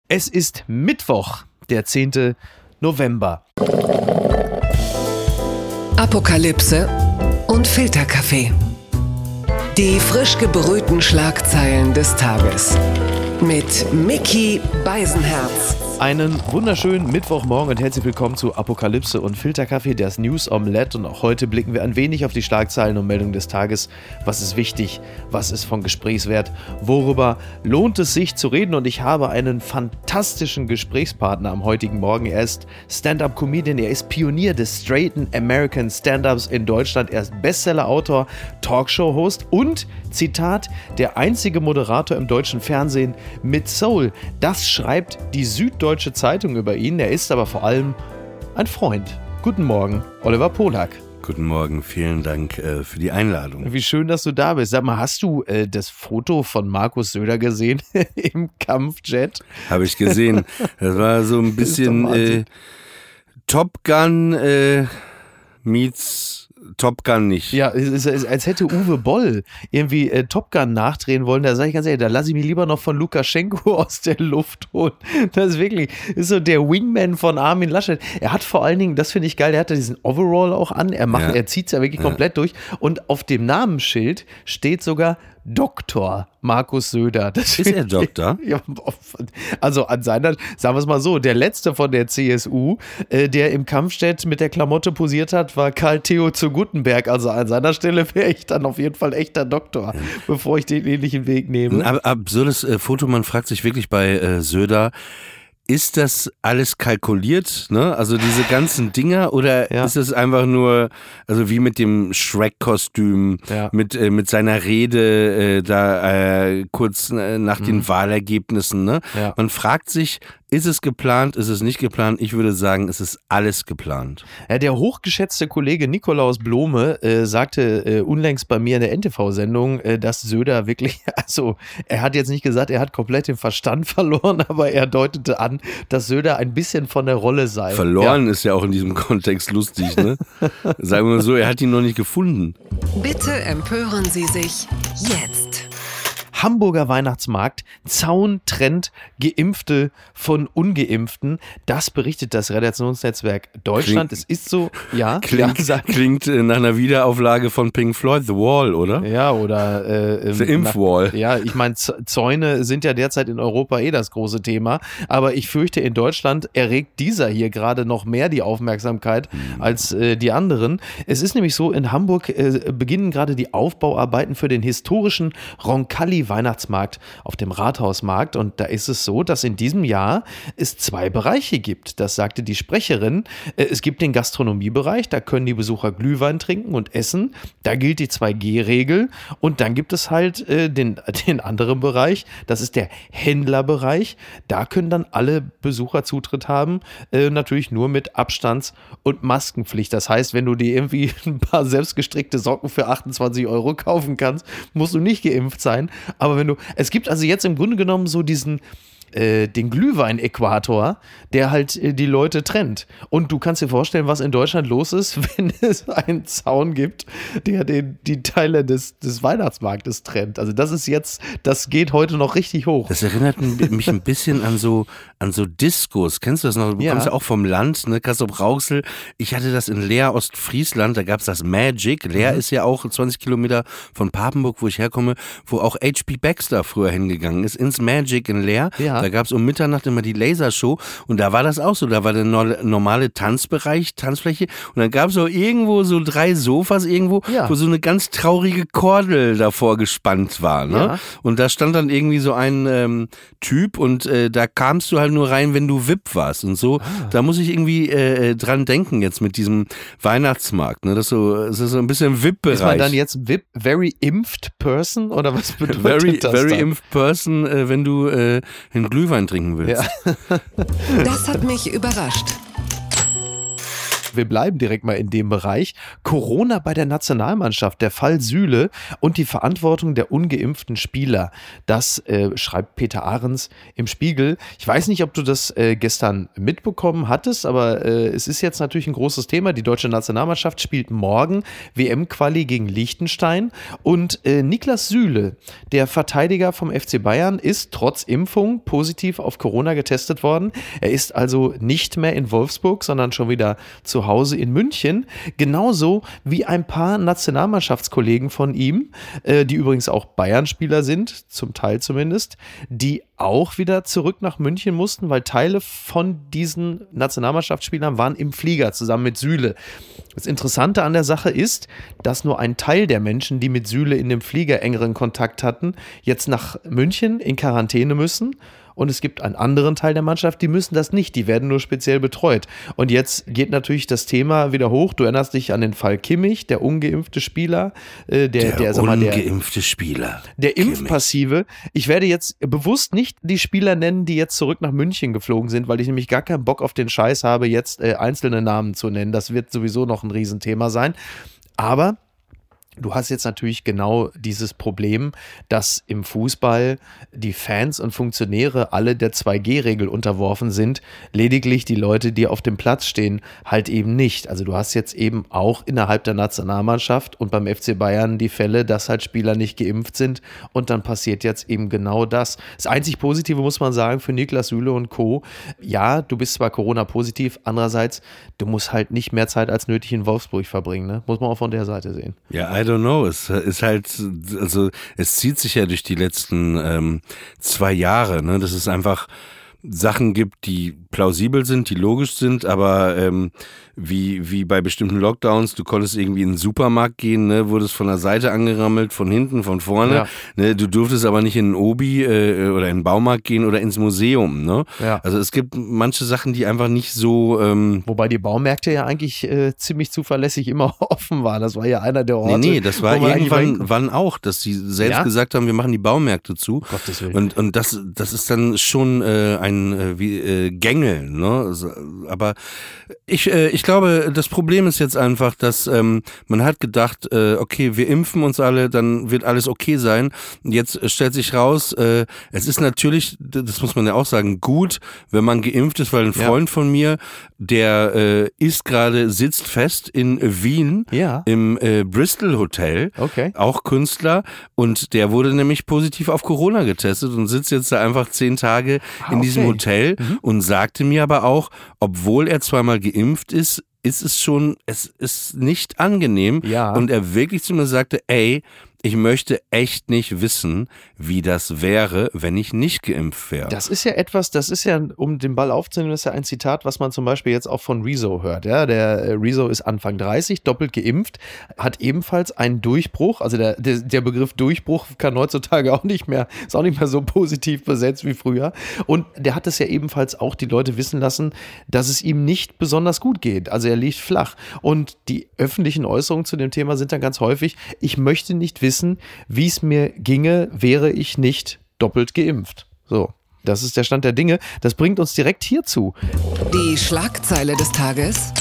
Es ist Mittwoch, der 10. November. Apokalypse und Filterkaffee. Die frisch gebrühten Schlagzeilen des Tages. Mit Micky Beisenherz. Einen wunderschönen Mittwochmorgen und herzlich willkommen zu Apokalypse und Filterkaffee, das News Omelette. Und auch heute blicken wir ein wenig auf die Schlagzeilen und Meldungen des Tages. Was ist wichtig? Was ist von Gesprächswert? Worüber lohnt es sich zu reden? Und ich habe einen fantastischen Gesprächspartner am heutigen Morgen. Er ist Stand-Up-Comedian, er ist Pionier des straighten American Stand-Ups in Deutschland. Er ist Bestseller-Autor, Talkshow-Host und, Zitat, der einzige Moderator im deutschen Fernsehen mit Soul. Das schreibt die Süddeutsche Zeitung über ihn. Er ist aber vor allem ein Freund. Guten Morgen, Oliver Polak. Guten Morgen, vielen Dank für die Einladung. Wie schön, dass du da bist. Sag mal, hast du das Foto von Markus Söder gesehen im Kampfjet? Habe ich gesehen. Das war so ein bisschen Top Gun meets Top Gun nicht. Ja, es ist, als hätte Uwe Boll irgendwie Top Gun nachdrehen wollen. Da sage ich ganz ehrlich, da lasse ich mich lieber noch von Lukaschenko aus der Luft holen. Das ist wirklich, ist so der Wingman von Armin Laschet. Er hat vor allen Dingen, das finde ich geil, der hat diesen Overall auch an. Er zieht es ja wirklich komplett durch. Und auf dem Namensschild steht sogar Dr. Markus Söder. Das ist er Doktor? Ja, also an seiner, sagen wir es mal so, der letzte von der CSU, der im Kampfjet mit der Klamotte posiert hat, war Karl Theo zu Guttenberg. Also an seiner Stelle wäre ich dann auf jeden Fall echter Doktor, bevor ich den ähnlichen Weg nehme. Ein absurdes Foto, man fragt sich wirklich bei Söder, ist das alles kalkuliert, ne? Also diese ganzen Dinger, oder ist es einfach nur, also wie mit dem Shrek-Kostüm, mit seiner Rede kurz nach den Wahlergebnissen, ne? Ja. Man fragt sich, ist es geplant, ist es nicht geplant? Ich würde sagen, es ist alles geplant. Ja, der hochgeschätzte Kollege Nikolaus Blome sagte unlängst bei mir in der NTV-Sendung, dass Söder wirklich, also er hat jetzt nicht gesagt, er hat komplett den Verstand verloren, aber er deutete an, dass Söder ein bisschen von der Rolle sei. Verloren ist ja auch in diesem Kontext lustig, ne? Sagen wir mal so, er hat ihn noch nicht gefunden. Bitte empören Sie sich jetzt. Hamburger Weihnachtsmarkt, Zaun trennt Geimpfte von Ungeimpften. Das berichtet das Redaktionsnetzwerk Deutschland. Es ist so, Klingt nach einer Wiederauflage von Pink Floyd, The Wall, oder? Ja, oder The Impfwall. Ja, ich meine, Zäune sind ja derzeit in Europa das große Thema. Aber ich fürchte, in Deutschland erregt dieser hier gerade noch mehr die Aufmerksamkeit als die anderen. Es ist nämlich so, in Hamburg beginnen gerade die Aufbauarbeiten für den historischen Roncalli-Weihnachtsmarkt auf dem Rathausmarkt, und da ist es so, dass in diesem Jahr es 2 Bereiche gibt. Das sagte die Sprecherin. Es gibt den Gastronomiebereich, da können die Besucher Glühwein trinken und essen. Da gilt die 2G-Regel. Und dann gibt es halt den anderen Bereich, das ist der Händlerbereich. Da können dann alle Besucher Zutritt haben, natürlich nur mit Abstands- und Maskenpflicht. Das heißt, wenn du dir irgendwie ein paar selbstgestrickte Socken für 28 € kaufen kannst, musst du nicht geimpft sein. Aber es gibt also jetzt im Grunde genommen so den Glühwein-Äquator, der halt die Leute trennt. Und du kannst dir vorstellen, was in Deutschland los ist, wenn es einen Zaun gibt, der die Teile des Weihnachtsmarktes trennt. Also das geht heute noch richtig hoch. Das erinnert mich ein bisschen an so Diskos. Kennst du das noch? Du kommst ja auch vom Land, ne? Kassel-Rauxel. Ich hatte das in Leer, Ostfriesland, da gab es das Magic. Leer ist ja auch 20 Kilometer von Papenburg, wo ich herkomme, wo auch H.P. Baxter früher hingegangen ist, ins Magic in Leer. Ja. Da gab es um Mitternacht immer die Lasershow, und da war das auch so. Da war der normale Tanzbereich, Tanzfläche, und dann gab es auch irgendwo so 3 Sofas irgendwo, wo so eine ganz traurige Kordel davor gespannt war. Ne? Ja. Und da stand dann irgendwie so ein Typ, und da kamst du halt nur rein, wenn du VIP warst und so. Da muss ich irgendwie dran denken jetzt mit diesem Weihnachtsmarkt. Ne? Das ist so ein bisschen VIP-Bereich. Ist man dann jetzt VIP, very impfed person, oder was bedeutet das? Very impfed person, wenn du einen Glühwein trinken willst. Ja. Das hat mich überrascht. Wir bleiben direkt mal in dem Bereich. Corona bei der Nationalmannschaft, der Fall Süle und die Verantwortung der ungeimpften Spieler. Das schreibt Peter Ahrens im Spiegel. Ich weiß nicht, ob du das gestern mitbekommen hattest, aber es ist jetzt natürlich ein großes Thema. Die deutsche Nationalmannschaft spielt morgen WM-Quali gegen Liechtenstein und Niklas Süle, der Verteidiger vom FC Bayern, ist trotz Impfung positiv auf Corona getestet worden. Er ist also nicht mehr in Wolfsburg, sondern schon wieder zu Hause in München. Genauso wie ein paar Nationalmannschaftskollegen von ihm, die übrigens auch Bayern-Spieler sind, zum Teil zumindest, die auch wieder zurück nach München mussten, weil Teile von diesen Nationalmannschaftsspielern waren im Flieger zusammen mit Süle. Das Interessante an der Sache ist, dass nur ein Teil der Menschen, die mit Süle in dem Flieger engeren Kontakt hatten, jetzt nach München in Quarantäne müssen. Und es gibt einen anderen Teil der Mannschaft, die müssen das nicht, die werden nur speziell betreut. Und jetzt geht natürlich das Thema wieder hoch. Du erinnerst dich an den Fall Kimmich, der ungeimpfte Spieler. Der Impfpassive. Ich werde jetzt bewusst nicht die Spieler nennen, die jetzt zurück nach München geflogen sind, weil ich nämlich gar keinen Bock auf den Scheiß habe, jetzt einzelne Namen zu nennen. Das wird sowieso noch ein Riesenthema sein. Aber du hast jetzt natürlich genau dieses Problem, dass im Fußball die Fans und Funktionäre alle der 2G-Regel unterworfen sind. Lediglich die Leute, die auf dem Platz stehen, halt eben nicht. Also du hast jetzt eben auch innerhalb der Nationalmannschaft und beim FC Bayern die Fälle, dass halt Spieler nicht geimpft sind und dann passiert jetzt eben genau das. Das einzig Positive muss man sagen für Niklas Süle und Co. Ja, du bist zwar Corona-positiv, andererseits, du musst halt nicht mehr Zeit als nötig in Wolfsburg verbringen. Ne? Muss man auch von der Seite sehen. Ja, I don't know. Es ist halt, also es zieht sich ja durch die letzten 2 Jahre, ne? Dass es einfach Sachen gibt, die plausibel sind, die logisch sind, aber wie bei bestimmten Lockdowns, du konntest irgendwie in den Supermarkt gehen, ne, wurdest von der Seite angerammelt, von hinten, von vorne, ja. Ne, du durftest aber nicht in einen Obi oder in den Baumarkt gehen oder ins Museum, ne? Ja. Also es gibt manche Sachen, die einfach nicht so... Wobei die Baumärkte ja eigentlich ziemlich zuverlässig immer offen waren, das war ja einer der Orte. Nee, das war irgendwann auch, dass sie selbst gesagt haben, wir machen die Baumärkte zu. Gottes Willen. Und das ist dann schon ein Gängel, ne? Aber ich glaube, das Problem ist jetzt einfach, dass man hat gedacht, okay, wir impfen uns alle, dann wird alles okay sein. Jetzt stellt sich raus, es ist natürlich, das muss man ja auch sagen, gut, wenn man geimpft ist, weil ein Freund von mir, der sitzt fest in Wien im Bristol Hotel, auch Künstler, und der wurde nämlich positiv auf Corona getestet und sitzt jetzt da einfach 10 Tage in diesem Hotel und sagte mir aber auch, obwohl er zweimal geimpft ist, es ist nicht angenehm. Ja. Und er wirklich zu mir sagte, ey, ich möchte echt nicht wissen, wie das wäre, wenn ich nicht geimpft wäre. Das ist ja, um den Ball aufzunehmen, das ist ja ein Zitat, was man zum Beispiel jetzt auch von Rezo hört. Ja, der Rezo ist Anfang 30, doppelt geimpft, hat ebenfalls einen Durchbruch. Also der Begriff Durchbruch kann heutzutage ist auch nicht mehr so positiv besetzt wie früher. Und der hat es ja ebenfalls auch die Leute wissen lassen, dass es ihm nicht besonders gut geht. Also er liegt flach. Und die öffentlichen Äußerungen zu dem Thema sind dann ganz häufig, ich möchte nicht wissen, wie es mir ginge, wäre ich nicht doppelt geimpft. So, das ist der Stand der Dinge. Das bringt uns direkt hierzu. Die Schlagzeile des Tages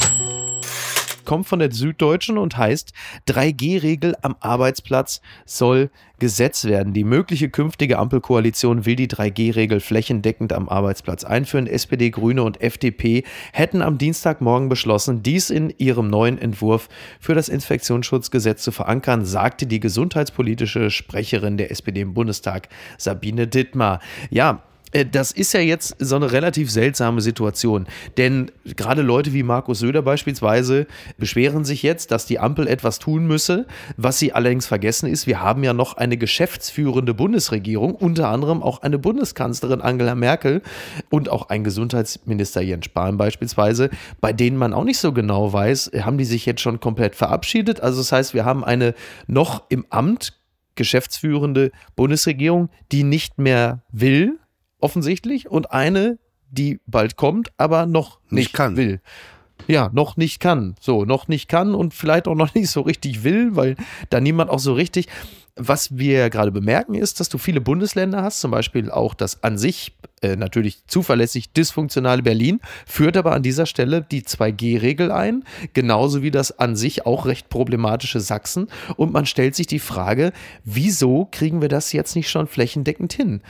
kommt von der Süddeutschen und heißt, 3G-Regel am Arbeitsplatz soll Gesetz werden. Die mögliche künftige Ampelkoalition will die 3G-Regel flächendeckend am Arbeitsplatz einführen. SPD, Grüne und FDP hätten am Dienstagmorgen beschlossen, dies in ihrem neuen Entwurf für das Infektionsschutzgesetz zu verankern, sagte die gesundheitspolitische Sprecherin der SPD im Bundestag, Sabine Dittmar. Ja, das ist ja jetzt so eine relativ seltsame Situation, denn gerade Leute wie Markus Söder beispielsweise beschweren sich jetzt, dass die Ampel etwas tun müsse. Was sie allerdings vergessen ist, wir haben ja noch eine geschäftsführende Bundesregierung, unter anderem auch eine Bundeskanzlerin Angela Merkel und auch ein Gesundheitsminister Jens Spahn beispielsweise, bei denen man auch nicht so genau weiß, haben die sich jetzt schon komplett verabschiedet. Also das heißt, wir haben eine noch im Amt geschäftsführende Bundesregierung, die nicht mehr will, offensichtlich, und eine, die bald kommt, aber noch nicht will. Ja, noch nicht kann. So, noch nicht kann und vielleicht auch noch nicht so richtig will, weil da niemand auch so richtig. was wir gerade bemerken ist, dass du viele Bundesländer hast, zum Beispiel auch das an sich natürlich zuverlässig dysfunktionale Berlin, führt aber an dieser Stelle die 2G-Regel ein, genauso wie das an sich auch recht problematische Sachsen. Und man stellt sich die Frage, wieso kriegen wir das jetzt nicht schon flächendeckend hin?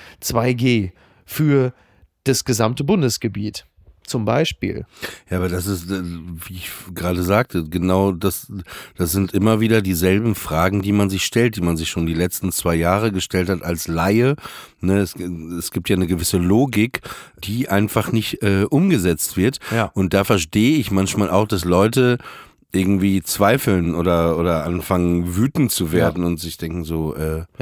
2G für das gesamte Bundesgebiet. Zum Beispiel. Ja, aber das ist, wie ich gerade sagte, genau das sind immer wieder dieselben Fragen, die man sich stellt, die man sich schon die letzten 2 Jahre gestellt hat als Laie. Ne, es gibt ja eine gewisse Logik, die einfach nicht umgesetzt wird. Ja. Und da verstehe ich manchmal auch, dass Leute irgendwie zweifeln oder anfangen wütend zu werden und sich denken so,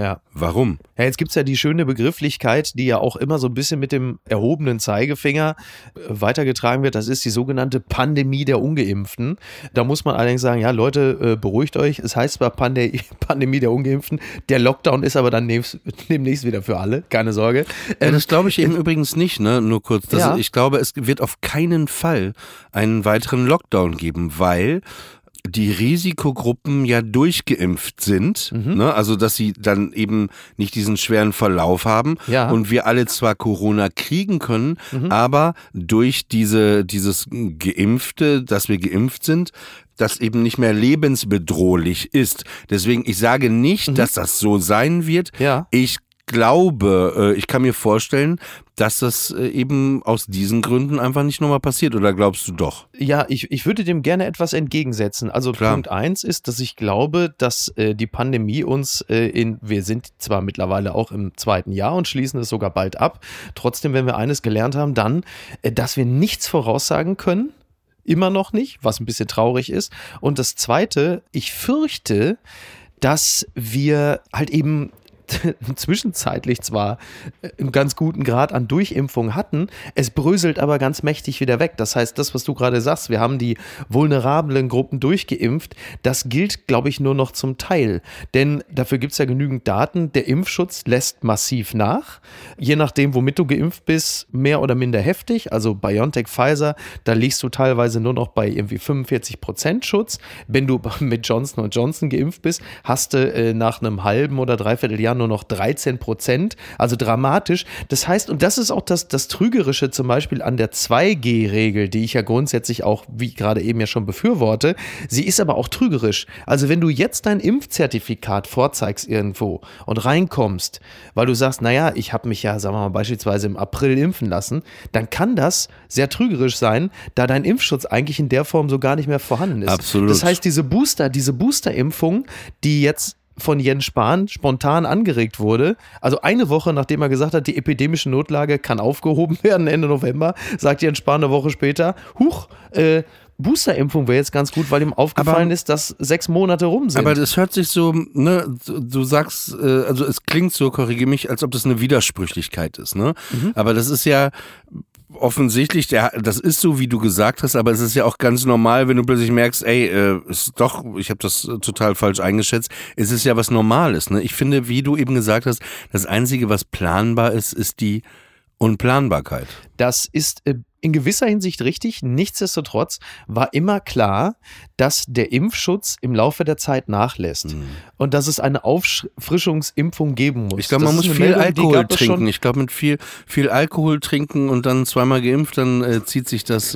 warum? Ja, jetzt gibt es ja die schöne Begrifflichkeit, die ja auch immer so ein bisschen mit dem erhobenen Zeigefinger weitergetragen wird. Das ist die sogenannte Pandemie der Ungeimpften. Da muss man allerdings sagen, ja Leute, beruhigt euch. Es heißt zwar Pandemie der Ungeimpften, der Lockdown ist aber dann demnächst wieder für alle, keine Sorge. Das glaube ich eben übrigens nicht, ne? Nur kurz. Ich glaube, es wird auf keinen Fall einen weiteren Lockdown geben, weil die Risikogruppen ja durchgeimpft sind, ne? Also dass sie dann eben nicht diesen schweren Verlauf haben und wir alle zwar Corona kriegen können, aber durch dieses Geimpfte, dass wir geimpft sind, das eben nicht mehr lebensbedrohlich ist. Deswegen, ich sage nicht, dass das so sein wird. Ja. Ich glaube, ich kann mir vorstellen, dass das eben aus diesen Gründen einfach nicht nochmal passiert. Oder glaubst du doch? Ja, ich würde dem gerne etwas entgegensetzen. Also Klar. Punkt 1 ist, dass ich glaube, dass die Pandemie uns wir sind zwar mittlerweile auch im 2. Jahr und schließen es sogar bald ab. Trotzdem, wenn wir eines gelernt haben, dann, dass wir nichts voraussagen können. Immer noch nicht, was ein bisschen traurig ist. Und das Zweite, ich fürchte, dass wir halt eben zwischenzeitlich zwar einen ganz guten Grad an Durchimpfung hatten, es bröselt aber ganz mächtig wieder weg. Das heißt, das, was du gerade sagst, wir haben die vulnerablen Gruppen durchgeimpft, das gilt, glaube ich, nur noch zum Teil. Denn dafür gibt es ja genügend Daten, der Impfschutz lässt massiv nach. Je nachdem, womit du geimpft bist, mehr oder minder heftig. Also BioNTech, Pfizer, da liegst du teilweise nur noch bei irgendwie 45% Schutz. Wenn du mit Johnson & Johnson geimpft bist, hast du nach einem halben oder dreiviertel Jahr nur noch 13%, also dramatisch. Das heißt, und das ist auch das Trügerische zum Beispiel an der 2G-Regel, die ich ja grundsätzlich auch, wie gerade eben ja schon befürworte, sie ist aber auch trügerisch. Also wenn du jetzt dein Impfzertifikat vorzeigst irgendwo und reinkommst, weil du sagst, naja, ich habe mich ja, sagen wir mal, beispielsweise im April impfen lassen, dann kann das sehr trügerisch sein, da dein Impfschutz eigentlich in der Form so gar nicht mehr vorhanden ist. Absolut. Das heißt, diese Boosterimpfung, die jetzt von Jens Spahn spontan angeregt wurde. Also eine Woche, nachdem er gesagt hat, die epidemische Notlage kann aufgehoben werden, Ende November, sagt Jens Spahn eine Woche später, Boosterimpfung wäre jetzt ganz gut, weil ihm aufgefallen ist, dass 6 Monate rum sind. Aber das hört sich so, ne, du sagst, also es klingt so, korrigiere mich, als ob das eine Widersprüchlichkeit ist, ne? Aber das ist ja offensichtlich, das ist so, wie du gesagt hast, aber es ist ja auch ganz normal, wenn du plötzlich merkst, ist doch, ich habe das total falsch eingeschätzt, es ist ja was Normales, ne? Ich finde, wie du eben gesagt hast, das Einzige, was planbar ist, ist die Unplanbarkeit. Das ist in gewisser Hinsicht richtig. Nichtsdestotrotz war immer klar, dass der Impfschutz im Laufe der Zeit nachlässt und dass es eine Auffrischungsimpfung geben muss. Ich glaube, man muss viel Alkohol trinken. Ich glaube, mit viel Alkohol trinken und dann zweimal geimpft, dann zieht sich das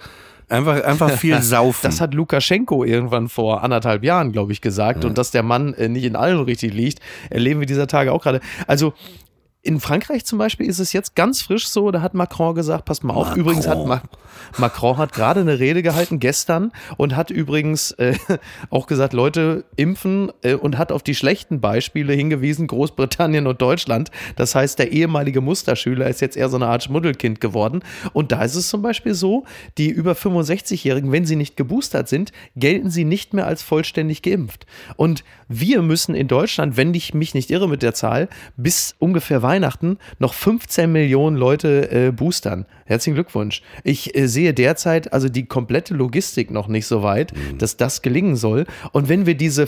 einfach viel saufen. Das hat Lukaschenko irgendwann vor 1,5 Jahren, glaube ich, gesagt. Und dass der Mann nicht in allem richtig liegt, erleben wir dieser Tage auch gerade. Also in Frankreich zum Beispiel ist es jetzt ganz frisch so, da hat Macron gesagt, passt mal auf. Übrigens hat Macron hat gerade eine Rede gehalten gestern und hat übrigens auch gesagt, Leute impfen und hat auf die schlechten Beispiele hingewiesen, Großbritannien und Deutschland. Das heißt, der ehemalige Musterschüler ist jetzt eher so eine Art Schmuddelkind geworden. Und da ist es zum Beispiel so, die über 65-Jährigen, wenn sie nicht geboostert sind, gelten sie nicht mehr als vollständig geimpft. Und wir müssen in Deutschland, wenn ich mich nicht irre mit der Zahl, bis ungefähr Weihnachten noch 15 Millionen Leute boostern. Herzlichen Glückwunsch. Ich sehe derzeit also die komplette Logistik noch nicht so weit, dass das gelingen soll. Und wenn wir diese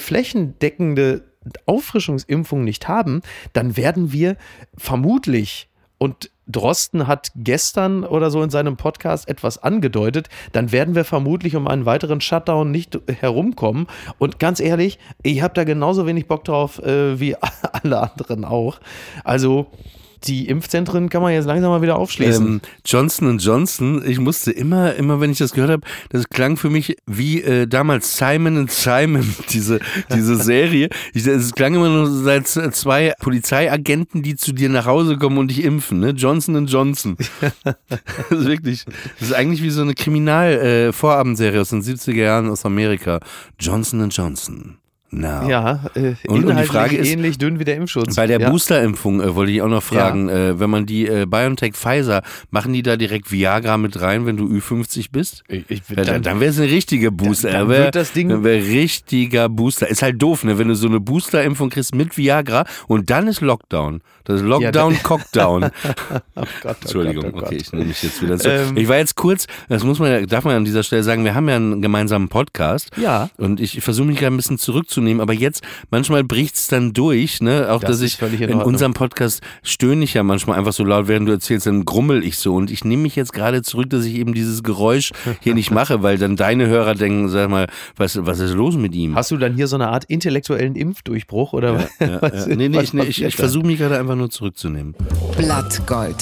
flächendeckende Auffrischungsimpfung nicht haben, dann werden wir vermutlich, und Drosten hat gestern oder so in seinem Podcast etwas angedeutet, dann werden wir vermutlich um einen weiteren Shutdown nicht herumkommen. Und ganz ehrlich, ich habe da genauso wenig Bock drauf wie alle anderen auch. Also die Impfzentren kann man jetzt langsam mal wieder aufschließen. Johnson & Johnson, ich musste immer, wenn ich das gehört habe, das klang für mich wie damals Simon & Simon, diese Serie. Es klang immer nur seit 2 Polizeiagenten, die zu dir nach Hause kommen und dich impfen, ne? Johnson & Johnson. Das ist wirklich, das ist eigentlich wie so eine Kriminal-Vorabendserie aus den 70er Jahren aus Amerika. Johnson & Johnson. No. Ja, und die Frage ist, ähnlich dünn wie der Impfschutz. Bei der Boosterimpfung wollte ich auch noch fragen, wenn man die BioNTech Pfizer, machen die da direkt Viagra mit rein, wenn du Ü50 bist? Dann wäre es eine richtige Booster. Dann wird das Ding... Dann wäre richtiger Booster. Ist halt doof, ne? Wenn du so eine Boosterimpfung kriegst mit Viagra und dann ist Lockdown. Das ist Lockdown-Cockdown. Oh Gott, Entschuldigung, oh Gott. Okay, ich nehme mich jetzt wieder zurück. Ich war jetzt kurz, darf man an dieser Stelle sagen, wir haben ja einen gemeinsamen Podcast. Ja. Und ich versuche mich gerade ein bisschen zurückzunehmen, aber jetzt, manchmal bricht es dann durch, ne? Auch, dass ich in unserem Podcast stöhne ich ja manchmal einfach so laut, während du erzählst, dann grummel ich so. Und ich nehme mich jetzt gerade zurück, dass ich eben dieses Geräusch hier nicht mache, weil dann deine Hörer denken, sag mal, was ist los mit ihm? Hast du dann hier so eine Art intellektuellen Impfdurchbruch? Oder was? Nee, ich versuche mich gerade einfach nur zurückzunehmen. Blattgold.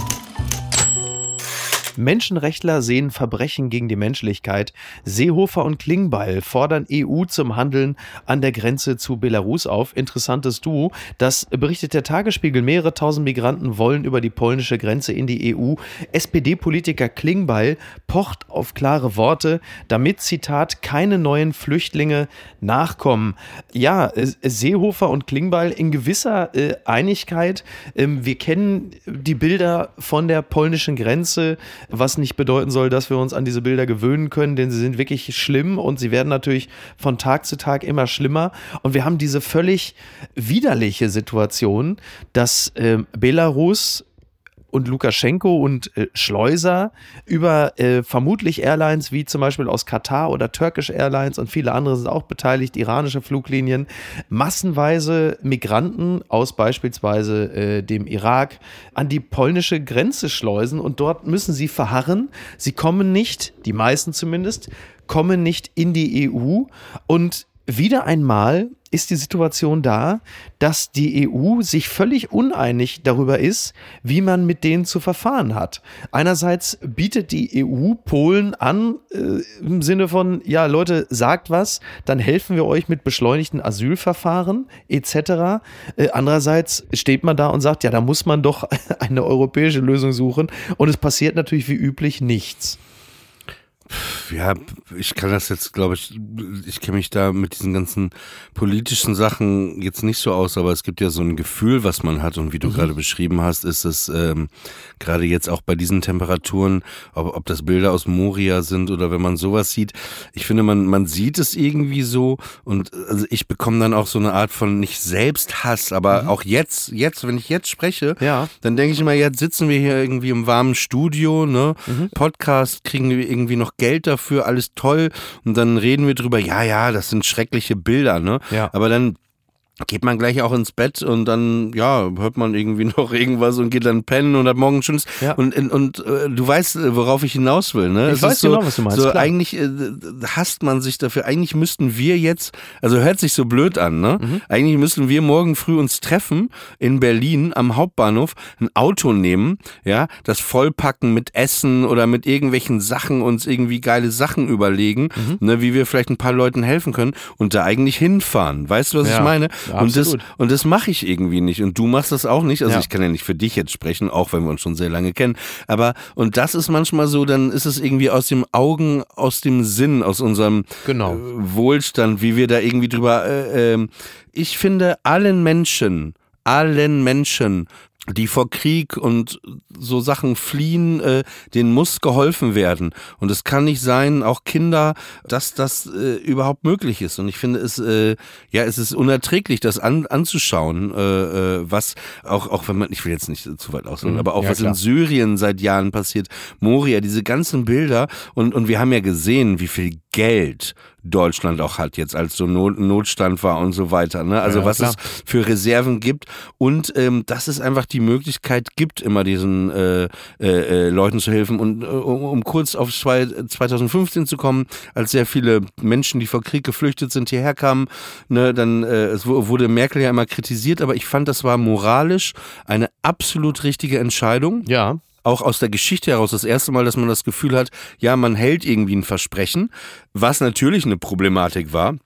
Menschenrechtler sehen Verbrechen gegen die Menschlichkeit. Seehofer und Klingbeil fordern EU zum Handeln an der Grenze zu Belarus auf. Interessantes Duo. Das berichtet der Tagesspiegel. Mehrere tausend Migranten wollen über die polnische Grenze in die EU. SPD-Politiker Klingbeil pocht auf klare Worte, damit, Zitat, keine neuen Flüchtlinge nachkommen. Ja, Seehofer und Klingbeil in gewisser Einigkeit. Wir kennen die Bilder von der polnischen Grenze, was nicht bedeuten soll, dass wir uns an diese Bilder gewöhnen können, denn sie sind wirklich schlimm und sie werden natürlich von Tag zu Tag immer schlimmer. Und wir haben diese völlig widerliche Situation, dass Belarus und Lukaschenko und Schleuser über vermutlich Airlines wie zum Beispiel aus Katar oder Turkish Airlines und viele andere sind auch beteiligt, iranische Fluglinien, massenweise Migranten aus beispielsweise dem Irak an die polnische Grenze schleusen und dort müssen sie verharren. Sie kommen nicht, die meisten zumindest, kommen nicht in die EU und wieder einmal ist die Situation da, dass die EU sich völlig uneinig darüber ist, wie man mit denen zu verfahren hat. Einerseits bietet die EU Polen an, im Sinne von, ja Leute, sagt was, dann helfen wir euch mit beschleunigten Asylverfahren etc. Andererseits steht man da und sagt, ja, da muss man doch eine europäische Lösung suchen und es passiert natürlich wie üblich nichts. Ja, ich kann das jetzt, glaube ich kenne mich da mit diesen ganzen politischen Sachen jetzt nicht so aus, aber es gibt ja so ein Gefühl, was man hat und wie du gerade beschrieben hast, ist es gerade jetzt auch bei diesen Temperaturen, ob das Bilder aus Moria sind oder wenn man sowas sieht, ich finde, man sieht es irgendwie so und also ich bekomme dann auch so eine Art von nicht Selbsthass, aber auch jetzt, wenn ich jetzt spreche, dann denke ich immer, jetzt sitzen wir hier irgendwie im warmen Studio, ne, Podcast, kriegen wir irgendwie noch Geld dafür, alles toll und dann reden wir drüber, ja, das sind schreckliche Bilder, ne? Ja. Aber dann geht man gleich auch ins Bett und dann, hört man irgendwie noch irgendwas und geht dann pennen und hat morgen schon und du weißt, worauf ich hinaus will, ne? Ich weiß so, genau, was du meinst. So eigentlich hasst man sich dafür. Eigentlich müssten wir jetzt, also hört sich so blöd an, ne? Eigentlich müssten wir morgen früh uns treffen in Berlin am Hauptbahnhof, ein Auto nehmen, ja, das vollpacken mit Essen oder mit irgendwelchen Sachen, uns irgendwie geile Sachen überlegen, ne, wie wir vielleicht ein paar Leuten helfen können und da eigentlich hinfahren. Weißt du, was ich meine? Ja, und das mache ich irgendwie nicht. Und du machst das auch nicht. Also ich kann ja nicht für dich jetzt sprechen, auch wenn wir uns schon sehr lange kennen. Aber, und das ist manchmal so, dann ist es irgendwie aus dem Augen, aus dem Sinn, aus unserem Wohlstand, wie wir da irgendwie drüber, ich finde, allen Menschen, die vor Krieg und so Sachen fliehen, denen muss geholfen werden. Und es kann nicht sein, auch Kinder, dass das überhaupt möglich ist. Und ich finde es, es ist unerträglich, das anzuschauen, was auch wenn man, ich will jetzt nicht zu weit ausholen, aber auch was in Syrien seit Jahren passiert, Moria, diese ganzen Bilder und wir haben ja gesehen, wie viel Geld Deutschland auch hat jetzt, als so Notstand war und so weiter. Ne? Also was es für Reserven gibt und das ist einfach die Möglichkeit gibt, immer diesen Leuten zu helfen. Und um kurz auf 2015 zu kommen, als sehr viele Menschen, die vor Krieg geflüchtet sind, hierher kamen, ne, dann es wurde Merkel ja immer kritisiert, aber ich fand, das war moralisch eine absolut richtige Entscheidung. Ja. Auch aus der Geschichte heraus das erste Mal, dass man das Gefühl hat, ja, man hält irgendwie ein Versprechen, was natürlich eine Problematik war.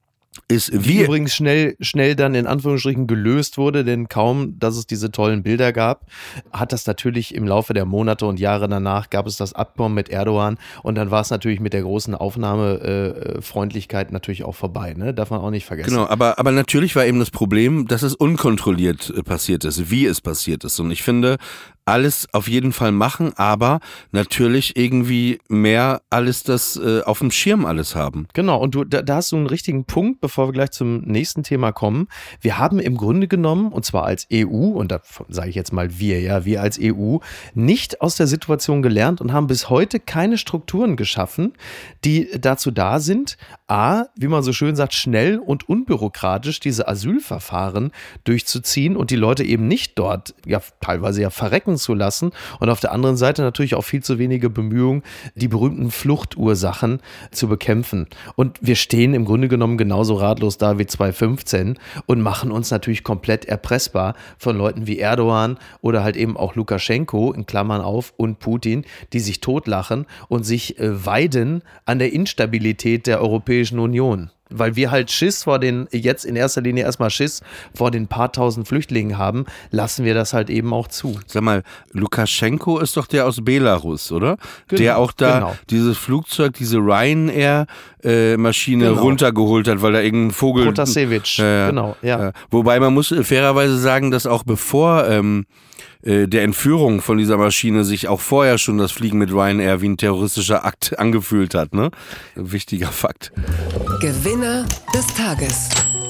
Die übrigens schnell dann in Anführungsstrichen gelöst wurde, denn kaum, dass es diese tollen Bilder gab, hat das natürlich im Laufe der Monate und Jahre danach gab es das Abkommen mit Erdogan und dann war es natürlich mit der großen Aufnahmefreundlichkeit natürlich auch vorbei, ne? Darf man auch nicht vergessen. Genau, aber natürlich war eben das Problem, dass es unkontrolliert passiert ist, wie es passiert ist. Und ich finde, alles auf jeden Fall machen, aber natürlich irgendwie mehr alles das auf dem Schirm alles haben. Genau, und da hast du einen richtigen Punkt, bevor wir gleich zum nächsten Thema kommen. Wir haben im Grunde genommen, und zwar als EU, und da sage ich jetzt mal wir als EU, nicht aus der Situation gelernt und haben bis heute keine Strukturen geschaffen, die dazu da sind, wie man so schön sagt, schnell und unbürokratisch diese Asylverfahren durchzuziehen und die Leute eben nicht dort teilweise verrecken zu lassen und auf der anderen Seite natürlich auch viel zu wenige Bemühungen, die berühmten Fluchtursachen zu bekämpfen. Und wir stehen im Grunde genommen genauso ratlos da wie 2015 und machen uns natürlich komplett erpressbar von Leuten wie Erdogan oder halt eben auch Lukaschenko, in Klammern auf, und Putin, die sich totlachen und sich weiden an der Instabilität der Europäischen Union. Weil wir halt jetzt in erster Linie erstmal Schiss vor den paar tausend Flüchtlingen haben, lassen wir das halt eben auch zu. Sag mal, Lukaschenko ist doch der aus Belarus, oder? Genau, der auch da dieses Flugzeug, diese Ryanair-Maschine runtergeholt hat, weil da irgendein Vogel... Protasevich, genau, ja. Wobei man muss fairerweise sagen, dass auch bevor... der Entführung von dieser Maschine sich auch vorher schon das Fliegen mit Ryanair wie ein terroristischer Akt angefühlt hat, ne? Wichtiger Fakt. Gewinner des Tages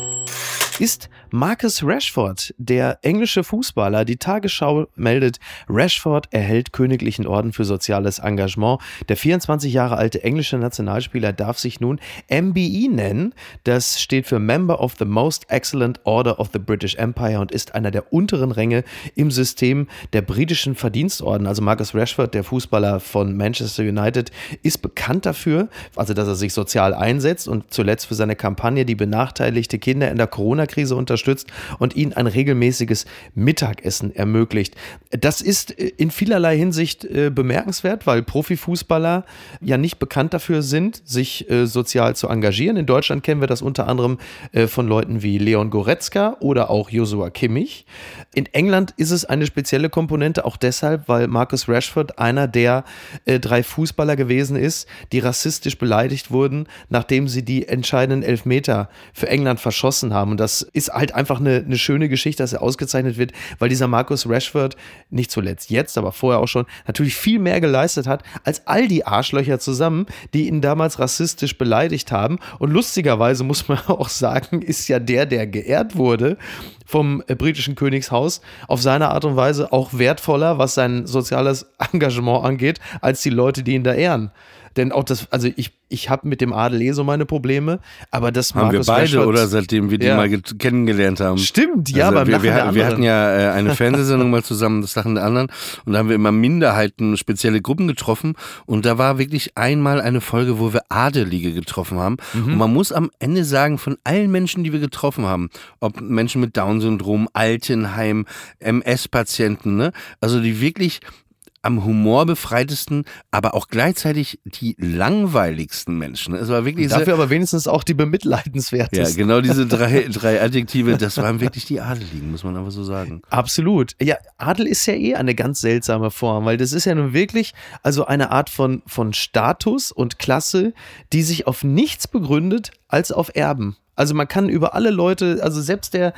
ist Marcus Rashford, der englische Fußballer. Die Tagesschau meldet, Rashford erhält königlichen Orden für soziales Engagement. Der 24 Jahre alte englische Nationalspieler darf sich nun MBE nennen. Das steht für Member of the Most Excellent Order of the British Empire und ist einer der unteren Ränge im System der britischen Verdienstorden. Also Marcus Rashford, der Fußballer von Manchester United, ist bekannt dafür, also dass er sich sozial einsetzt und zuletzt für seine Kampagne, die benachteiligte Kinder in der Corona-Krise unterstützt und ihnen ein regelmäßiges Mittagessen ermöglicht. Das ist in vielerlei Hinsicht bemerkenswert, weil Profifußballer ja nicht bekannt dafür sind, sich sozial zu engagieren. In Deutschland kennen wir das unter anderem von Leuten wie Leon Goretzka oder auch Joshua Kimmich. In England ist es eine spezielle Komponente, auch deshalb, weil Marcus Rashford einer der 3 Fußballer gewesen ist, die rassistisch beleidigt wurden, nachdem sie die entscheidenden Elfmeter für England verschossen haben. Und das ist halt einfach eine schöne Geschichte, dass er ausgezeichnet wird, weil dieser Marcus Rashford nicht zuletzt jetzt, aber vorher auch schon, natürlich viel mehr geleistet hat als all die Arschlöcher zusammen, die ihn damals rassistisch beleidigt haben. Und lustigerweise muss man auch sagen, ist ja der geehrt wurde vom britischen Königshaus, auf seine Art und Weise auch wertvoller, was sein soziales Engagement angeht, als die Leute, die ihn da ehren. Denn auch das, also ich habe mit dem Adel so meine Probleme, aber das haben Marcus wir beide, Rashford, oder seitdem wir die mal kennengelernt haben. Stimmt, ja, also beim Lachen der anderen. Wir hatten ja eine Fernsehsendung mal zusammen, das Lachen der anderen, und da haben wir immer Minderheiten, spezielle Gruppen getroffen und da war wirklich einmal eine Folge, wo wir Adelige getroffen haben und man muss am Ende sagen, von allen Menschen, die wir getroffen haben, ob Menschen mit Down-Syndrom, Altenheim, MS-Patienten, ne, also die wirklich am humorbefreitesten, aber auch gleichzeitig die langweiligsten Menschen. Es war wirklich dafür aber wenigstens auch die bemitleidenswertesten. Ja, genau diese drei Adjektive, das waren wirklich die Adeligen, muss man aber so sagen. Absolut. Ja, Adel ist ja eine ganz seltsame Form, weil das ist ja nun wirklich also eine Art von Status und Klasse, die sich auf nichts begründet als auf Erben. Also man kann über alle Leute, also selbst der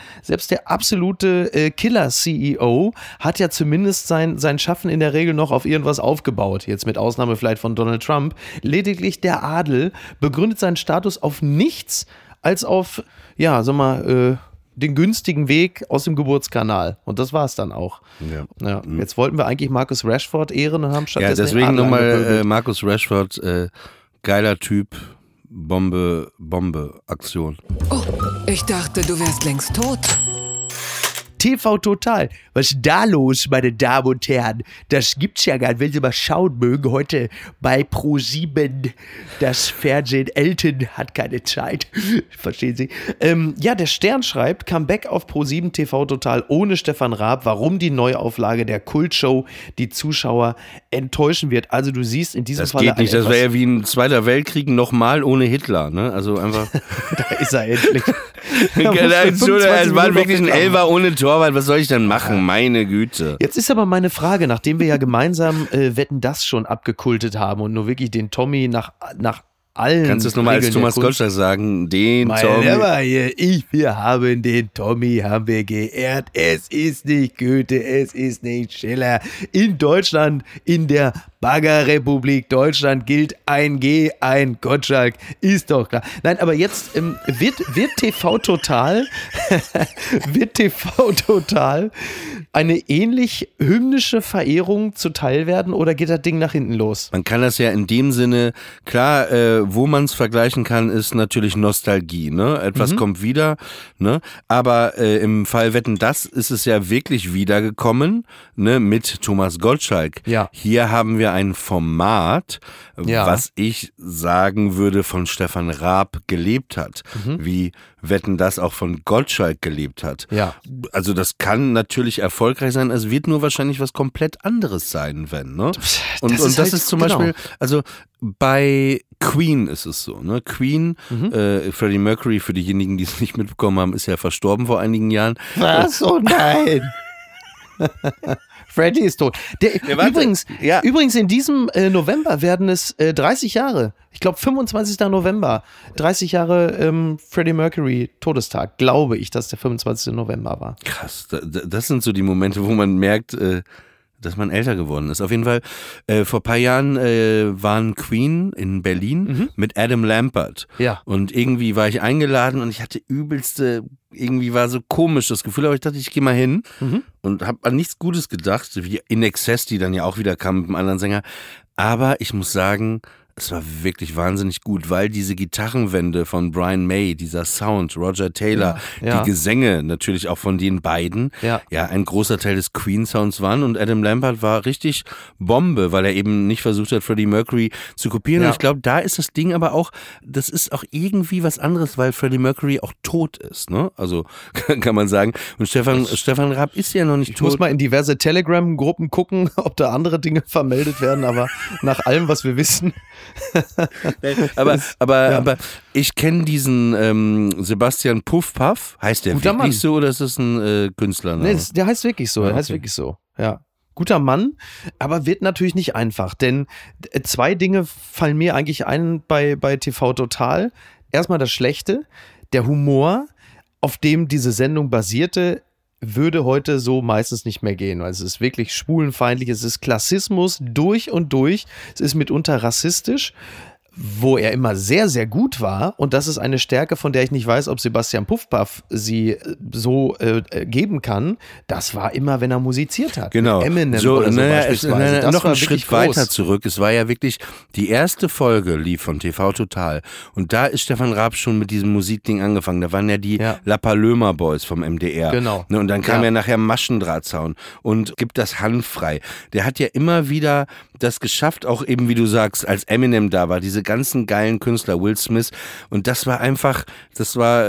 absolute Killer-CEO hat ja zumindest sein Schaffen in der Regel noch auf irgendwas aufgebaut, jetzt mit Ausnahme vielleicht von Donald Trump. Lediglich der Adel begründet seinen Status auf nichts als auf, ja, sag mal, den günstigen Weg aus dem Geburtskanal. Und das war es dann auch. Ja. Jetzt wollten wir eigentlich Marcus Rashford ehren und haben stattdessen deswegen nochmal Marcus Rashford, geiler Typ. Bombe, Aktion. Oh, ich dachte, du wärst längst tot. TV Total. Was ist da los, meine Damen und Herren? Das gibt's ja gar nicht. Wenn Sie mal schauen mögen, heute bei Pro7, das Fernsehen. Elton hat keine Zeit. Verstehen Sie? Ja, der Stern schreibt, Comeback auf Pro7 TV Total ohne Stefan Raab. Warum die Neuauflage der Kultshow die Zuschauer enttäuschen wird. Also du siehst in diesem Fall... Das geht nicht. Das wäre ja wie ein Zweiter Weltkrieg nochmal ohne Hitler. Ne? Also einfach... Da ist er endlich. Es war wirklich ein Elfer ohne Torwart. Was soll ich denn machen? Meine Güte. Jetzt ist aber meine Frage, nachdem wir ja gemeinsam Wetten, das schon abgekultet haben und nur wirklich den Tommy nach allen... Kannst du es nochmal als Thomas Gottschalk sagen? Den Tommy. Wir haben den Tommy, haben wir geehrt. Es ist nicht Goethe, es ist nicht Schiller. In Deutschland, in der Baggerrepublik Deutschland gilt ein G, ein Gottschalk. Ist doch klar. Nein, aber jetzt wird TV Total eine ähnlich hymnische Verehrung zuteil werden oder geht das Ding nach hinten los? Man kann das ja in dem Sinne, klar, wo man es vergleichen kann, ist natürlich Nostalgie. Ne? Etwas kommt wieder, ne? Aber im Fall Wetten, das ist es ja wirklich wiedergekommen, ne? Mit Thomas Gottschalk. Ja. Hier haben wir ein Format, was ich sagen würde, von Stefan Raab gelebt hat. Wie Wetten, das auch von Gottschalk gelebt hat. Ja. Also das kann natürlich erfolgreich sein, es wird nur wahrscheinlich was komplett anderes sein, wenn, ne? Und das ist zum Beispiel, also bei Queen ist es so, ne? Queen, Freddie Mercury, für diejenigen, die es nicht mitbekommen haben, ist ja verstorben vor einigen Jahren. Was? Oh nein! Freddie ist tot. Übrigens in diesem November werden es 30 Jahre. Ich glaube 25. November. 30 Jahre Freddie Mercury Todestag. Glaube ich, dass der 25. November war. Krass. Das sind so die Momente, wo man merkt, dass man älter geworden ist. Auf jeden Fall, vor ein paar Jahren waren Queen in Berlin mit Adam Lambert. Ja. Und irgendwie war ich eingeladen und ich hatte irgendwie war so komisch das Gefühl, aber ich dachte, ich gehe mal hin und habe an nichts Gutes gedacht, wie In Excess, die dann ja auch wieder kam mit einem anderen Sänger. Aber ich muss sagen, es war wirklich wahnsinnig gut, weil diese Gitarrenwände von Brian May, dieser Sound, Roger Taylor, die Gesänge natürlich auch von den beiden, ein großer Teil des Queen-Sounds waren und Adam Lambert war richtig Bombe, weil er eben nicht versucht hat, Freddie Mercury zu kopieren. Und ich glaube, da ist das Ding aber auch, das ist auch irgendwie was anderes, weil Freddie Mercury auch tot ist, ne? Also kann man sagen. Und Stefan Raab ist ja noch nicht tot. Ich muss mal in diverse Telegram-Gruppen gucken, ob da andere Dinge vermeldet werden, aber nach allem, was wir wissen... aber ich kenne diesen Sebastian Puffpaff. Heißt der Guter wirklich Mann. So oder ist das ein Künstler? Nee, der heißt wirklich so. Ja, Der heißt wirklich so. Ja. Guter Mann, aber wird natürlich nicht einfach, denn zwei Dinge fallen mir eigentlich ein bei TV Total. Erstmal das Schlechte, der Humor, auf dem diese Sendung basierte, würde heute so meistens nicht mehr gehen. Also es ist wirklich schwulenfeindlich, es ist Klassismus durch und durch, es ist mitunter rassistisch, wo er immer sehr, sehr gut war und das ist eine Stärke, von der ich nicht weiß, ob Sebastian Puffpaff sie so geben kann. Das war immer, wenn er musiziert hat. Genau. Eminem so, oder so beispielsweise. Das noch war einen Schritt groß. weiter zurück. Es war ja wirklich, die erste Folge lief von TV Total und da ist Stefan Raab schon mit diesem Musikding angefangen. Da waren ja die La Paloma Boys vom MDR. Genau. Ne, und dann kam ja nachher Maschendrahtzaun und gibt das handfrei. Der hat ja immer wieder das geschafft, auch eben, wie du sagst, als Eminem da war, diese ganzen geilen Künstler, Will Smith, und das war einfach, das war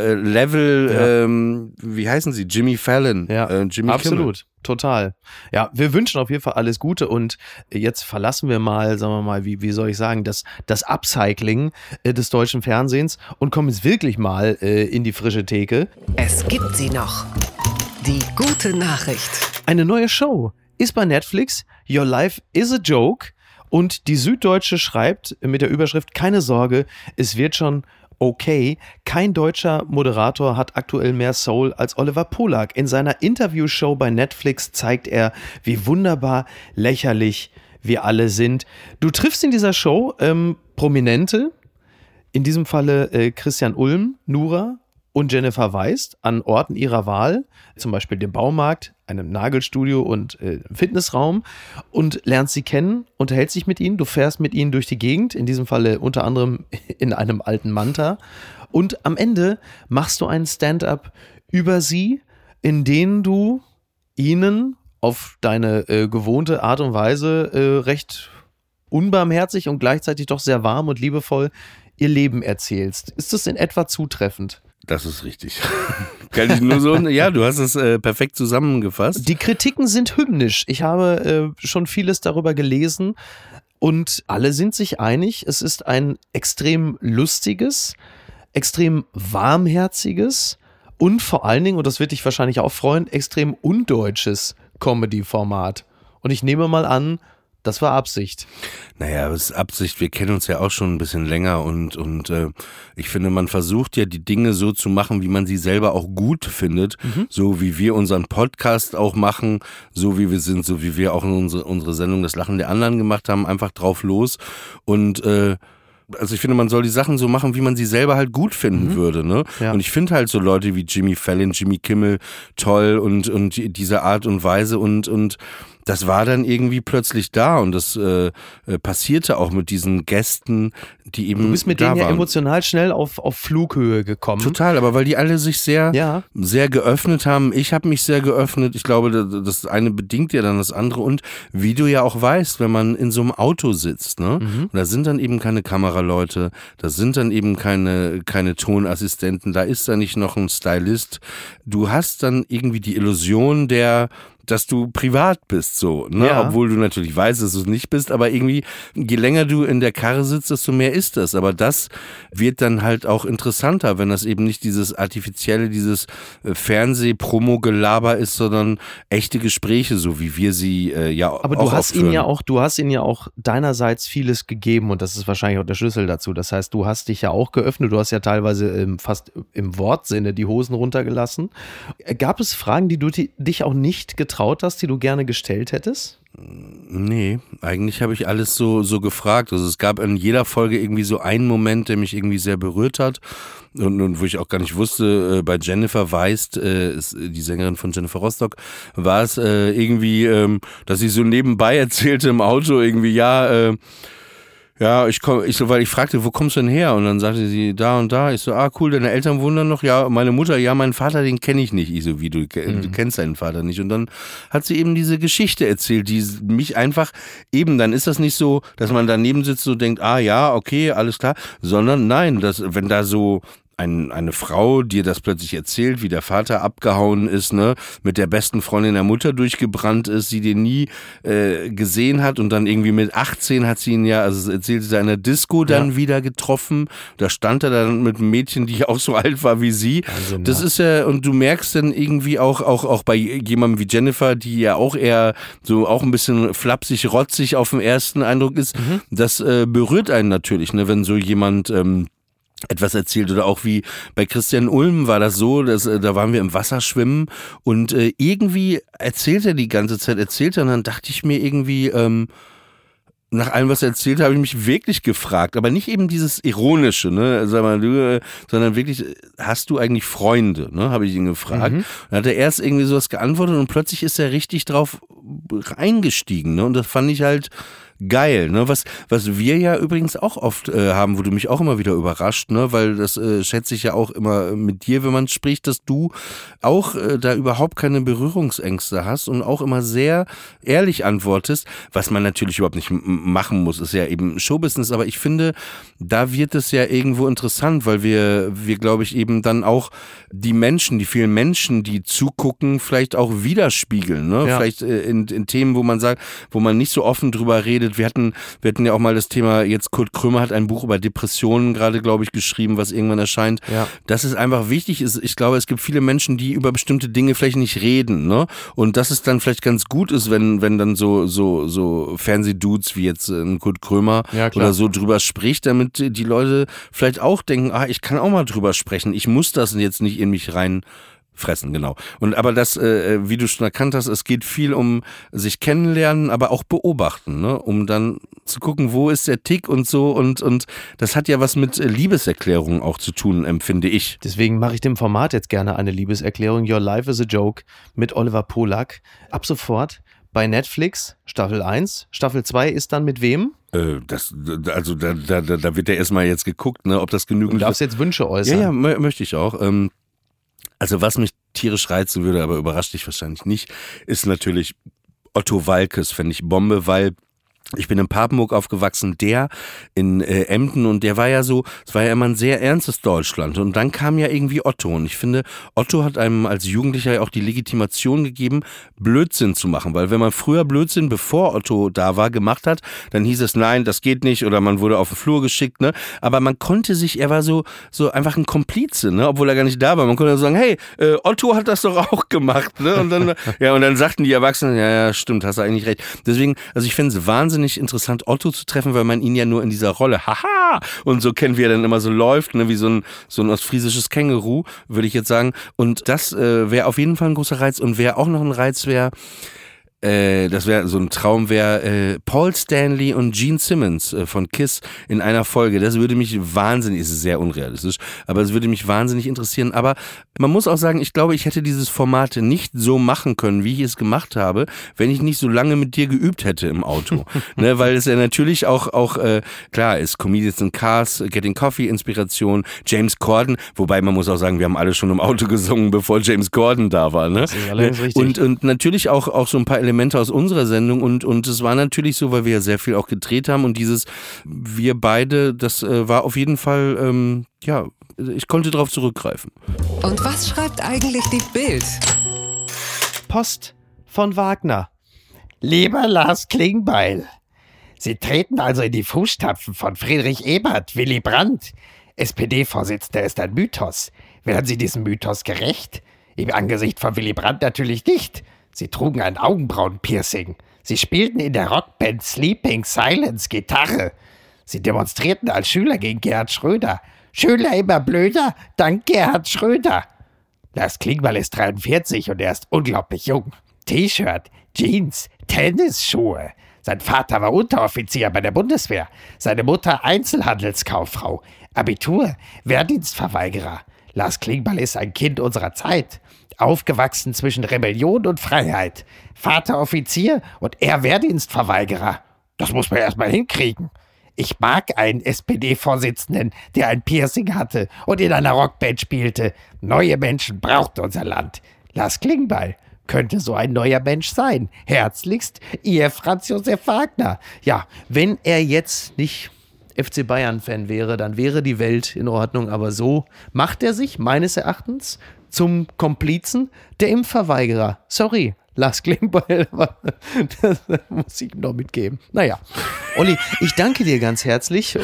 Level, wie heißen sie? Jimmy Fallon, Jimmy absolut. Kimmel. Total. Ja, wir wünschen auf jeden Fall alles Gute und jetzt verlassen wir mal, sagen wir mal, wie soll ich sagen, das Upcycling des deutschen Fernsehens und kommen jetzt wirklich mal in die frische Theke. Es gibt sie noch. Die gute Nachricht. Eine neue Show ist bei Netflix. Your Life is a Joke. Und die Süddeutsche schreibt mit der Überschrift: Keine Sorge, es wird schon okay. Kein deutscher Moderator hat aktuell mehr Soul als Oliver Polak. In seiner Interviewshow bei Netflix zeigt er, wie wunderbar lächerlich wir alle sind. Du triffst in dieser Show Prominente, in diesem Falle Christian Ulm, Nura und Jennifer Weist an Orten ihrer Wahl, zum Beispiel dem Baumarkt, einem Nagelstudio und Fitnessraum, und lernst sie kennen, unterhältst dich mit ihnen, du fährst mit ihnen durch die Gegend, in diesem Falle unter anderem in einem alten Manta, und am Ende machst du einen Stand-up über sie, in denen du ihnen auf deine gewohnte Art und Weise recht unbarmherzig und gleichzeitig doch sehr warm und liebevoll ihr Leben erzählst. Ist das in etwa zutreffend? Das ist richtig. Kann ich nur so, ja, du hast es perfekt zusammengefasst. Die Kritiken sind hymnisch. Ich habe schon vieles darüber gelesen und alle sind sich einig, es ist ein extrem lustiges, extrem warmherziges und vor allen Dingen, und das wird dich wahrscheinlich auch freuen, extrem undeutsches Comedy-Format. Und ich nehme mal an, das war Absicht. Naja, das ist Absicht. Wir kennen uns ja auch schon ein bisschen länger und ich finde, man versucht ja die Dinge so zu machen, wie man sie selber auch gut findet. So wie wir unseren Podcast auch machen, so wie wir sind, so wie wir auch unsere Sendung Das Lachen der anderen gemacht haben, einfach drauf los und also ich finde, man soll die Sachen so machen, wie man sie selber halt gut finden würde, ne? Ja. Und ich finde halt so Leute wie Jimmy Fallon, Jimmy Kimmel toll und diese Art und Weise und das war dann irgendwie plötzlich da und das passierte auch mit diesen Gästen, die eben da waren. Du bist mit denen ja emotional schnell auf Flughöhe gekommen. Total, aber weil die alle sich sehr geöffnet haben. Ich habe mich sehr geöffnet. Ich glaube, das eine bedingt ja dann das andere. Und wie du ja auch weißt, wenn man in so einem Auto sitzt, ne? Und da sind dann eben keine Kameraleute, da sind dann eben keine Tonassistenten, da ist dann nicht noch ein Stylist. Du hast dann irgendwie die Illusion dass du privat bist, so, ne? Ja. Obwohl du natürlich weißt, dass du es nicht bist, aber irgendwie, je länger du in der Karre sitzt, desto mehr ist das. Aber das wird dann halt auch interessanter, wenn das eben nicht dieses artifizielle, dieses Fernseh-Promo-Gelaber ist, sondern echte Gespräche, so wie wir sie aber du hast ihnen ja auch deinerseits vieles gegeben und das ist wahrscheinlich auch der Schlüssel dazu. Das heißt, du hast dich ja auch geöffnet, du hast ja teilweise fast im Wortsinne die Hosen runtergelassen. Gab es Fragen, die du dich auch nicht getraut hast, die du gerne gestellt hättest? Nee, eigentlich habe ich alles so gefragt. Also es gab in jeder Folge irgendwie so einen Moment, der mich irgendwie sehr berührt hat und wo ich auch gar nicht wusste, bei Jennifer Weist, ist die Sängerin von Jennifer Rostock, war es irgendwie, dass sie so nebenbei erzählte im Auto irgendwie, weil ich fragte, wo kommst du denn her? Und dann sagte sie, da und da. Ich so, cool, deine Eltern wohnen dann noch? Ja, meine Mutter, ja, meinen Vater, den kenne ich nicht. Ich so, wie, du kennst deinen Vater nicht. Und dann hat sie eben diese Geschichte erzählt, die mich einfach eben, dann ist das nicht so, dass man daneben sitzt und denkt, ja, okay, alles klar, sondern nein, wenn da so eine Frau dir das plötzlich erzählt, wie der Vater abgehauen ist, ne, mit der besten Freundin der Mutter durchgebrannt ist, sie den nie gesehen hat und dann irgendwie mit 18 hat sie ihn also erzählt sie, in einer Disco dann wieder getroffen. Da stand er dann mit einem Mädchen, die auch so alt war wie sie. Also, das ist ja, und du merkst dann irgendwie auch bei jemandem wie Jennifer, die ja auch eher so auch ein bisschen flapsig, rotzig auf den ersten Eindruck ist, das berührt einen natürlich, ne, wenn so jemand etwas erzählt oder auch wie bei Christian Ulm war das so, da waren wir im Wasser schwimmen und irgendwie erzählt er die ganze Zeit, und dann dachte ich mir irgendwie, nach allem, was er erzählt, habe ich mich wirklich gefragt, aber nicht eben dieses Ironische, ne, sag mal, sondern wirklich, hast du eigentlich Freunde, ne, habe ich ihn gefragt. Dann hat er erst irgendwie sowas geantwortet und plötzlich ist er richtig drauf reingestiegen, ne, und das fand ich halt geil, ne? Was wir ja übrigens auch oft haben, wo du mich auch immer wieder überrascht, ne? Weil das schätze ich ja auch immer mit dir, wenn man spricht, dass du auch da überhaupt keine Berührungsängste hast und auch immer sehr ehrlich antwortest, was man natürlich überhaupt nicht machen muss, ist ja eben Showbusiness, aber ich finde, da wird es ja irgendwo interessant, weil wir glaube ich eben dann auch die vielen Menschen, die zugucken, vielleicht auch widerspiegeln, ne? Ja. Vielleicht in Themen, wo man sagt, wo man nicht so offen drüber redet. Wir hatten ja auch mal das Thema, jetzt Kurt Krömer hat ein Buch über Depressionen gerade, glaube ich, geschrieben, was irgendwann erscheint. Ja. Dass es einfach wichtig ist. Ich glaube, es gibt viele Menschen, die über bestimmte Dinge vielleicht nicht reden, ne? Und dass es dann vielleicht ganz gut ist, wenn dann so Fernsehdudes wie jetzt Kurt Krömer oder so drüber spricht, damit die Leute vielleicht auch denken, ich kann auch mal drüber sprechen. Ich muss das jetzt nicht in mich reinfressen, genau. Aber das, wie du schon erkannt hast, es geht viel um sich kennenlernen, aber auch beobachten, ne? Um dann zu gucken, wo ist der Tick und so und das hat ja was mit Liebeserklärungen auch zu tun, empfinde ich. Deswegen mache ich dem Format jetzt gerne eine Liebeserklärung. Your Life is a Joke mit Oliver Polak. Ab sofort bei Netflix, Staffel 1. Staffel 2 ist dann mit wem? Da wird ja erstmal jetzt geguckt, ne, ob das genügend ist. Du darfst jetzt Wünsche äußern. Ja, möchte ich auch. Also was mich tierisch reizen würde, aber überrascht dich wahrscheinlich nicht, ist natürlich Otto Waalkes, fände ich Bombe, weil ich bin in Papenburg aufgewachsen, der in Emden, und der war ja so, es war ja immer ein sehr ernstes Deutschland, und dann kam ja irgendwie Otto, und ich finde, Otto hat einem als Jugendlicher ja auch die Legitimation gegeben, Blödsinn zu machen, weil wenn man früher Blödsinn, bevor Otto da war, gemacht hat, dann hieß es, nein, das geht nicht, oder man wurde auf den Flur geschickt, ne, aber man konnte sich, er war so einfach ein Komplize, ne, obwohl er gar nicht da war, man konnte sagen, hey, Otto hat das doch auch gemacht, ne, und dann, ja, und dann sagten die Erwachsenen, ja, stimmt, hast du eigentlich recht, deswegen, also ich finde es wahnsinnig interessant, Otto zu treffen, weil man ihn ja nur in dieser Rolle, haha, und so kennt, wie er dann immer so läuft, ne, wie so ein ostfriesisches Känguru, würde ich jetzt sagen. Und das wäre auf jeden Fall ein großer Reiz. Und wer auch noch ein Reiz wäre, das wäre so ein Traum, wäre Paul Stanley und Gene Simmons von KISS in einer Folge. Das würde mich wahnsinnig, ist sehr unrealistisch, aber es würde mich wahnsinnig interessieren. Aber man muss auch sagen, ich glaube, ich hätte dieses Format nicht so machen können, wie ich es gemacht habe, wenn ich nicht so lange mit dir geübt hätte im Auto. Ne, weil es ja natürlich auch klar ist, Comedians in Cars, Getting Coffee, Inspiration, James Corden, wobei man muss auch sagen, wir haben alle schon im Auto gesungen, bevor James Corden da war. Ne? Das ist allerdings richtig. Und natürlich auch so ein paar Elemente aus unserer Sendung, und es war natürlich so, weil wir ja sehr viel auch gedreht haben, und dieses wir beide, das war auf jeden Fall, ich konnte darauf zurückgreifen. Und was schreibt eigentlich die Bild? Post von Wagner. Lieber Lars Klingbeil, Sie treten also in die Fußstapfen von Friedrich Ebert, Willy Brandt. SPD-Vorsitzender ist ein Mythos. Werden Sie diesem Mythos gerecht? Im Angesicht von Willy Brandt natürlich nicht. Sie trugen ein Augenbrauenpiercing. Sie spielten in der Rockband Sleeping Silence Gitarre. Sie demonstrierten als Schüler gegen Gerhard Schröder. Schüler immer blöder, dank Gerhard Schröder. Lars Klingbeil ist 43 und er ist unglaublich jung. T-Shirt, Jeans, Tennisschuhe. Sein Vater war Unteroffizier bei der Bundeswehr. Seine Mutter Einzelhandelskauffrau. Abitur, Wehrdienstverweigerer. Lars Klingbeil ist ein Kind unserer Zeit. Aufgewachsen zwischen Rebellion und Freiheit. Vater Offizier und er Wehrdienstverweigerer. Das muss man erstmal hinkriegen. Ich mag einen SPD-Vorsitzenden, der ein Piercing hatte und in einer Rockband spielte. Neue Menschen braucht unser Land. Lars Klingbeil könnte so ein neuer Mensch sein. Herzlichst, Ihr Franz Josef Wagner. Ja, wenn er jetzt nicht FC Bayern-Fan wäre, dann wäre die Welt in Ordnung. Aber so macht er sich meines Erachtens zum Komplizen der Impfverweigerer. Sorry, Lars Klingbeil, das muss ich ihm noch mitgeben. Naja, Olli, ich danke dir ganz herzlich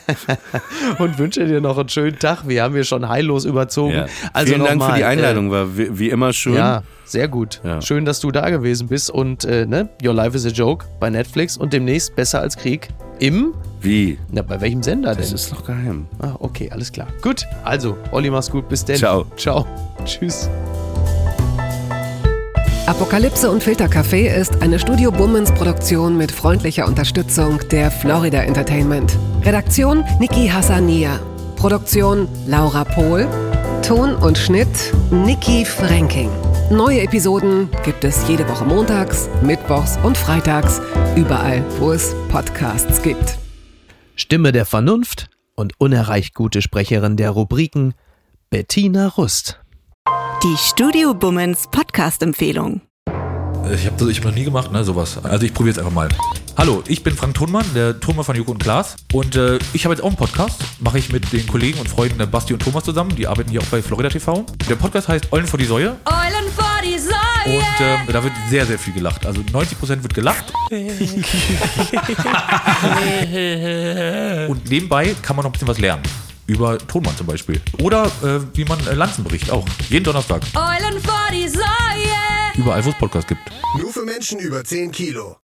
und wünsche dir noch einen schönen Tag. Wir haben hier schon heillos überzogen. Ja. Also vielen Dank für die Einladung, war wie immer schön. Ja, sehr gut. Ja. Schön, dass du da gewesen bist. Und Your Life is a Joke bei Netflix und demnächst Besser als Krieg im... Wie? Na, bei welchem Sender denn? Das ist noch geheim. Ah, okay, alles klar. Gut, also, Olli, mach's gut. Bis denn. Ciao. Ciao. Tschüss. Apokalypse und Filtercafé ist eine Studio Bummens Produktion mit freundlicher Unterstützung der Florida Entertainment. Redaktion Niki Hassania. Produktion Laura Pohl. Ton und Schnitt Niki Fränking. Neue Episoden gibt es jede Woche montags, mittwochs und freitags, überall, wo es Podcasts gibt. Stimme der Vernunft und unerreicht gute Sprecherin der Rubriken Bettina Rust. Die Studio Bummens Podcast-Empfehlung. Ich habe noch nie gemacht, ne, sowas. Also ich probiere jetzt einfach mal. Hallo, ich bin Frank Thunmann, der Thunmann von Joko und Klaas. Und ich habe jetzt auch einen Podcast. Mache ich mit den Kollegen und Freunden Basti und Thomas zusammen. Die arbeiten hier auch bei Florida TV. Der Podcast heißt Eulen vor die Säue. Eulen vor die Säue. Und da wird sehr, sehr viel gelacht. Also 90% wird gelacht. Und nebenbei kann man noch ein bisschen was lernen. Über Tonmann zum Beispiel. Oder wie man Lanzenbericht auch. Jeden Donnerstag. Eulen vor die Säue. Überall, wo es Podcasts gibt. Nur für Menschen über 10 Kilo.